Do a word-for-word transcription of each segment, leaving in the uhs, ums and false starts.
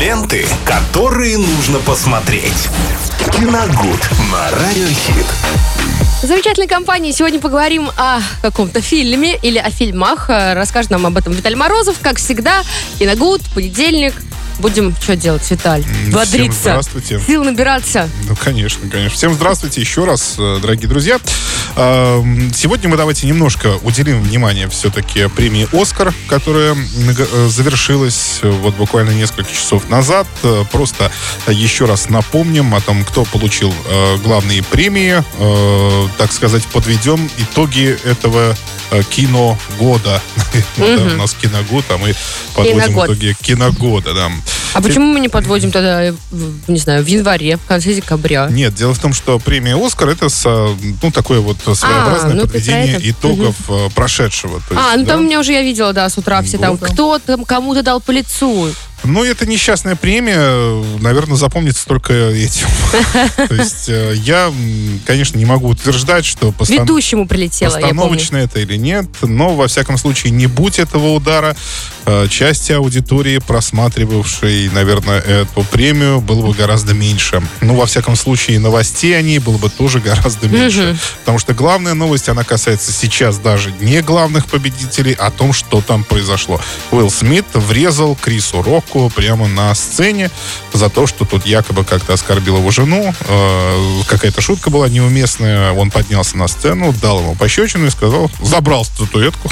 Ленты, которые нужно посмотреть. Киногуд на Радиохит. В замечательной компании сегодня поговорим о каком-то фильме или о фильмах. Расскажет нам об этом Виталий Морозов. Как всегда, Киногуд, понедельник. Будем что делать, Виталь? Бодриться. Всем здравствуйте. Сил набираться. Ну, конечно, конечно. Всем здравствуйте еще раз, дорогие друзья. Сегодня мы давайте немножко уделим внимание все-таки премии «Оскар», которая завершилась вот буквально несколько часов назад. Просто еще раз напомним о том, кто получил главные премии. Так сказать, подведем итоги этого киногода. Угу. У нас киногод, а мы подводим Киногод. итоги киногода, да. А почему мы не подводим тогда, не знаю, в январе, в конце декабря? Нет, дело в том, что премия «Оскар» — это ну, такое вот своеобразное А, ну, подведение это. итогов угу. прошедшего. То есть, А, ну да? там у меня уже, я видела, да, с утра все там, Года. кто там кому-то дал по лицу. Ну, это несчастная премия, наверное, запомнится только этим. То есть я, конечно, не могу утверждать, что постан... Ведущему прилетело, я помню. постановочно это или нет, но, во всяком случае, не будь этого удара, части аудитории, просматривавшей, наверное, эту премию, было бы гораздо меньше. Ну, во всяком случае, новостей о ней было бы тоже гораздо меньше. Угу. Потому что главная новость, она касается сейчас даже не главных победителей, а о том, что там произошло. Уилл Смит врезал Крису Року прямо на сцене за то, что тут якобы как-то оскорбил его жену. Э, какая-то шутка была неуместная. Он поднялся на сцену, дал ему пощечину и сказал, забрал статуэтку.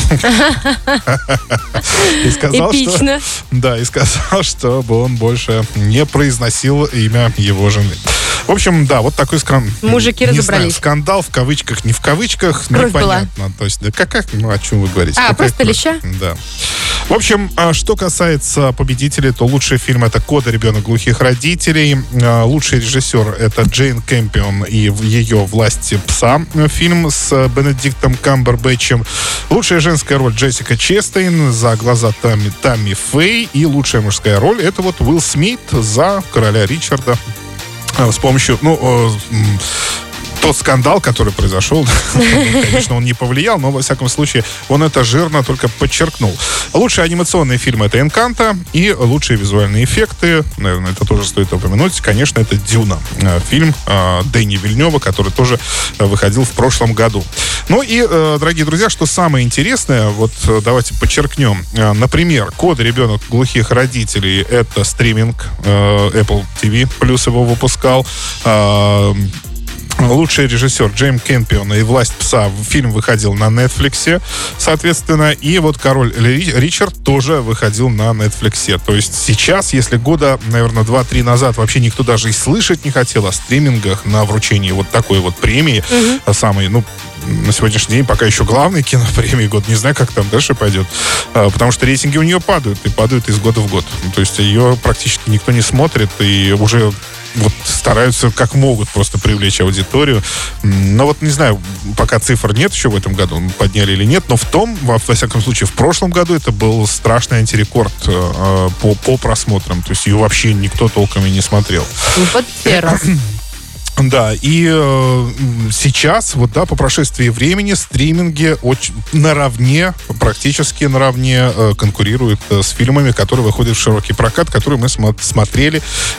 И сказал, Эпично. что, да, и сказал, чтобы он больше не произносил имя его жены. В общем, да, вот такой скандал. Мужики Не разобрались. знаю, скандал в кавычках, не в кавычках, Кровь непонятно. То есть, да как, как, ну, о чем вы говорите? А, Какая просто кровь? леща? Да. В общем, а что касается победителей, то лучший фильм — это «Кода. Ребенок глухих родителей». А, Лучший режиссер — это Джейн Кэмпион и в ее «Власти пса». Фильм с Бенедиктом Камбербэтчем. Лучшая женская роль — Джессика Честейн за «Глаза Тамми, Тамми Фэй». И лучшая мужская роль — это вот Уилл Смит за «Короля Ричарда». С помощью, ну, тот скандал, который произошел, конечно, он не повлиял, но, во всяком случае, он это жирно только подчеркнул. Лучшие анимационные фильмы — это «Энканто», и лучшие визуальные эффекты, наверное, это тоже стоит упомянуть, конечно, это «Дюна», фильм Дэни Вильнёва, который тоже выходил в прошлом году. Ну и, дорогие друзья, что самое интересное, вот давайте подчеркнем. Например, «Кода. Ребенок глухих родителей» — это стриминг, Apple ти ви плюс его выпускал. Лучший режиссер Джейн Кэмпион и «Власть пса». Фильм выходил на Netflix, соответственно. И вот «Король Ричард» тоже выходил на Netflix. То есть сейчас, если года, наверное, два-три назад вообще никто даже и слышать не хотел о стримингах на вручении вот такой вот премии, mm-hmm. самой, ну, на сегодняшний день пока еще главной кинопремии год. Не знаю, как там дальше пойдет. Потому что рейтинги у нее падают. И падают из года в год. То есть ее практически никто не смотрит. И уже вот стараются как могут просто привлечь аудиторию. Но вот не знаю, пока цифр нет еще в этом году, подняли или нет, но в том, во, во всяком случае, в прошлом году это был страшный антирекорд э, по, по просмотрам. То есть ее вообще никто толком и не смотрел. Ну, вот первый раз. Да, и э, сейчас, вот да, по прошествии времени стриминги очень наравне, практически наравне э, конкурируют э, с фильмами, которые выходят в широкий прокат, которые мы смо- смотрели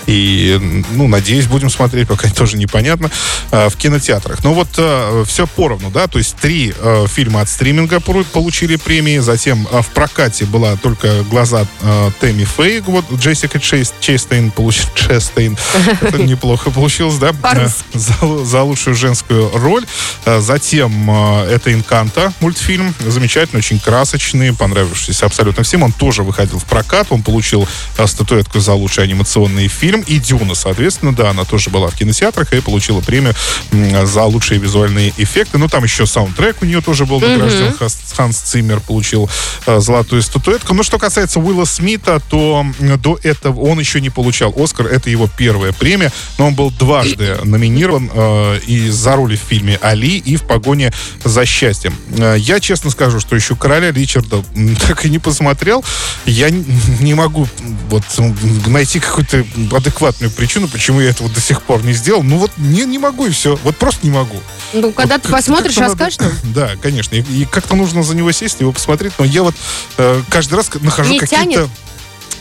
и, ну, надеюсь, будем смотреть, пока тоже непонятно, э, в кинотеатрах. Но вот э, все поровну, да, то есть три э, фильма от стриминга получили премии, затем э, в прокате была только «Глаза э, Тэмми Фэй», вот Джессика Честейн получила, Честейн, это неплохо получилось, да? За, за лучшую женскую роль. Затем это «Энканто» мультфильм. Замечательный, очень красочный, понравившийся абсолютно всем. Он тоже выходил в прокат. Он получил статуэтку за лучший анимационный фильм. И «Дюна», соответственно, да, она тоже была в кинотеатрах и получила премию за лучшие визуальные эффекты. Ну, там еще саундтрек у нее тоже был награжден. Mm-hmm. Ханс Циммер получил золотую статуэтку. Но что касается Уилла Смита, то до этого он еще не получал «Оскар». Это его первая премия. Но он был дважды номинирован э, и за роли в фильме «Али», и в «Погоне за счастьем». Э, я честно скажу, что еще «Короля Ричарда» так и не посмотрел. Я не могу вот найти какую-то адекватную причину, почему я этого до сих пор не сделал. Ну вот не, не могу, и все. Вот просто не могу. Ну, когда вот, ты посмотришь, расскажешь нам? Да, конечно. И, и как-то нужно за него сесть, его посмотреть. Но я вот э, каждый раз нахожу не какие-то... Тянет?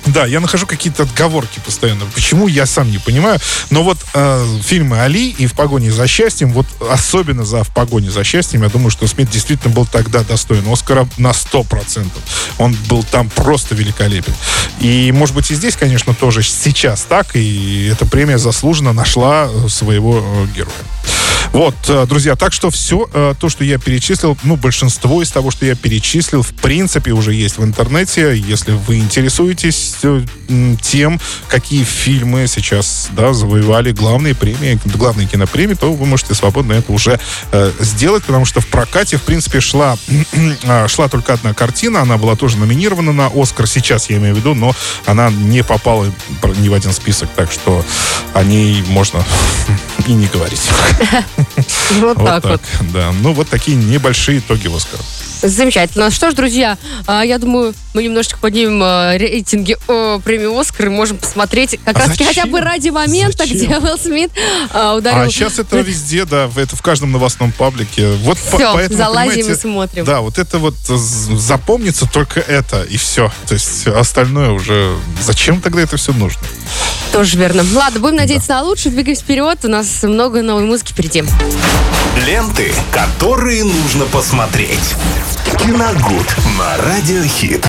Да, я нахожу какие-то отговорки постоянно. Почему, я сам не понимаю. Но вот э, фильмы Али и «В погоне за счастьем», вот особенно за «В погоне за счастьем», я думаю, что Смит действительно был тогда достоин Оскара на сто процентов. Он был там просто великолепен. И, может быть, и здесь, конечно, тоже сейчас так, и эта премия заслуженно нашла своего э, героя. Вот, друзья, так что все то, что я перечислил, ну, большинство из того, что я перечислил, в принципе, уже есть в интернете. Если вы интересуетесь тем, какие фильмы сейчас, да, завоевали главные премии, главные кинопремии, то вы можете свободно это уже э, сделать, потому что в прокате, в принципе, шла, шла только одна картина, она была тоже номинирована на «Оскар», сейчас я имею в виду, но она не попала ни в один список, так что о ней можно и не говорить. Вот так вот. Да, ну вот такие небольшие итоги «Оскара». Замечательно. Что ж, друзья, я думаю, мы немножечко поднимем рейтинги премии «Оскар» и можем посмотреть как а раз зачем? хотя бы ради момента, Зачем? где Уилл Смит ударил. А сейчас это везде, да, это в каждом новостном паблике. Вот все, по, поэтому, залазим и смотрим. Да, вот это вот запомнится только это, и все. То есть остальное уже... Зачем тогда это все нужно? Тоже верно. Ладно, будем надеяться да. на лучшее. Двигаемся вперед. У нас много новой музыки впереди. Ленты, которые нужно посмотреть. Киногуд на Радио Хит.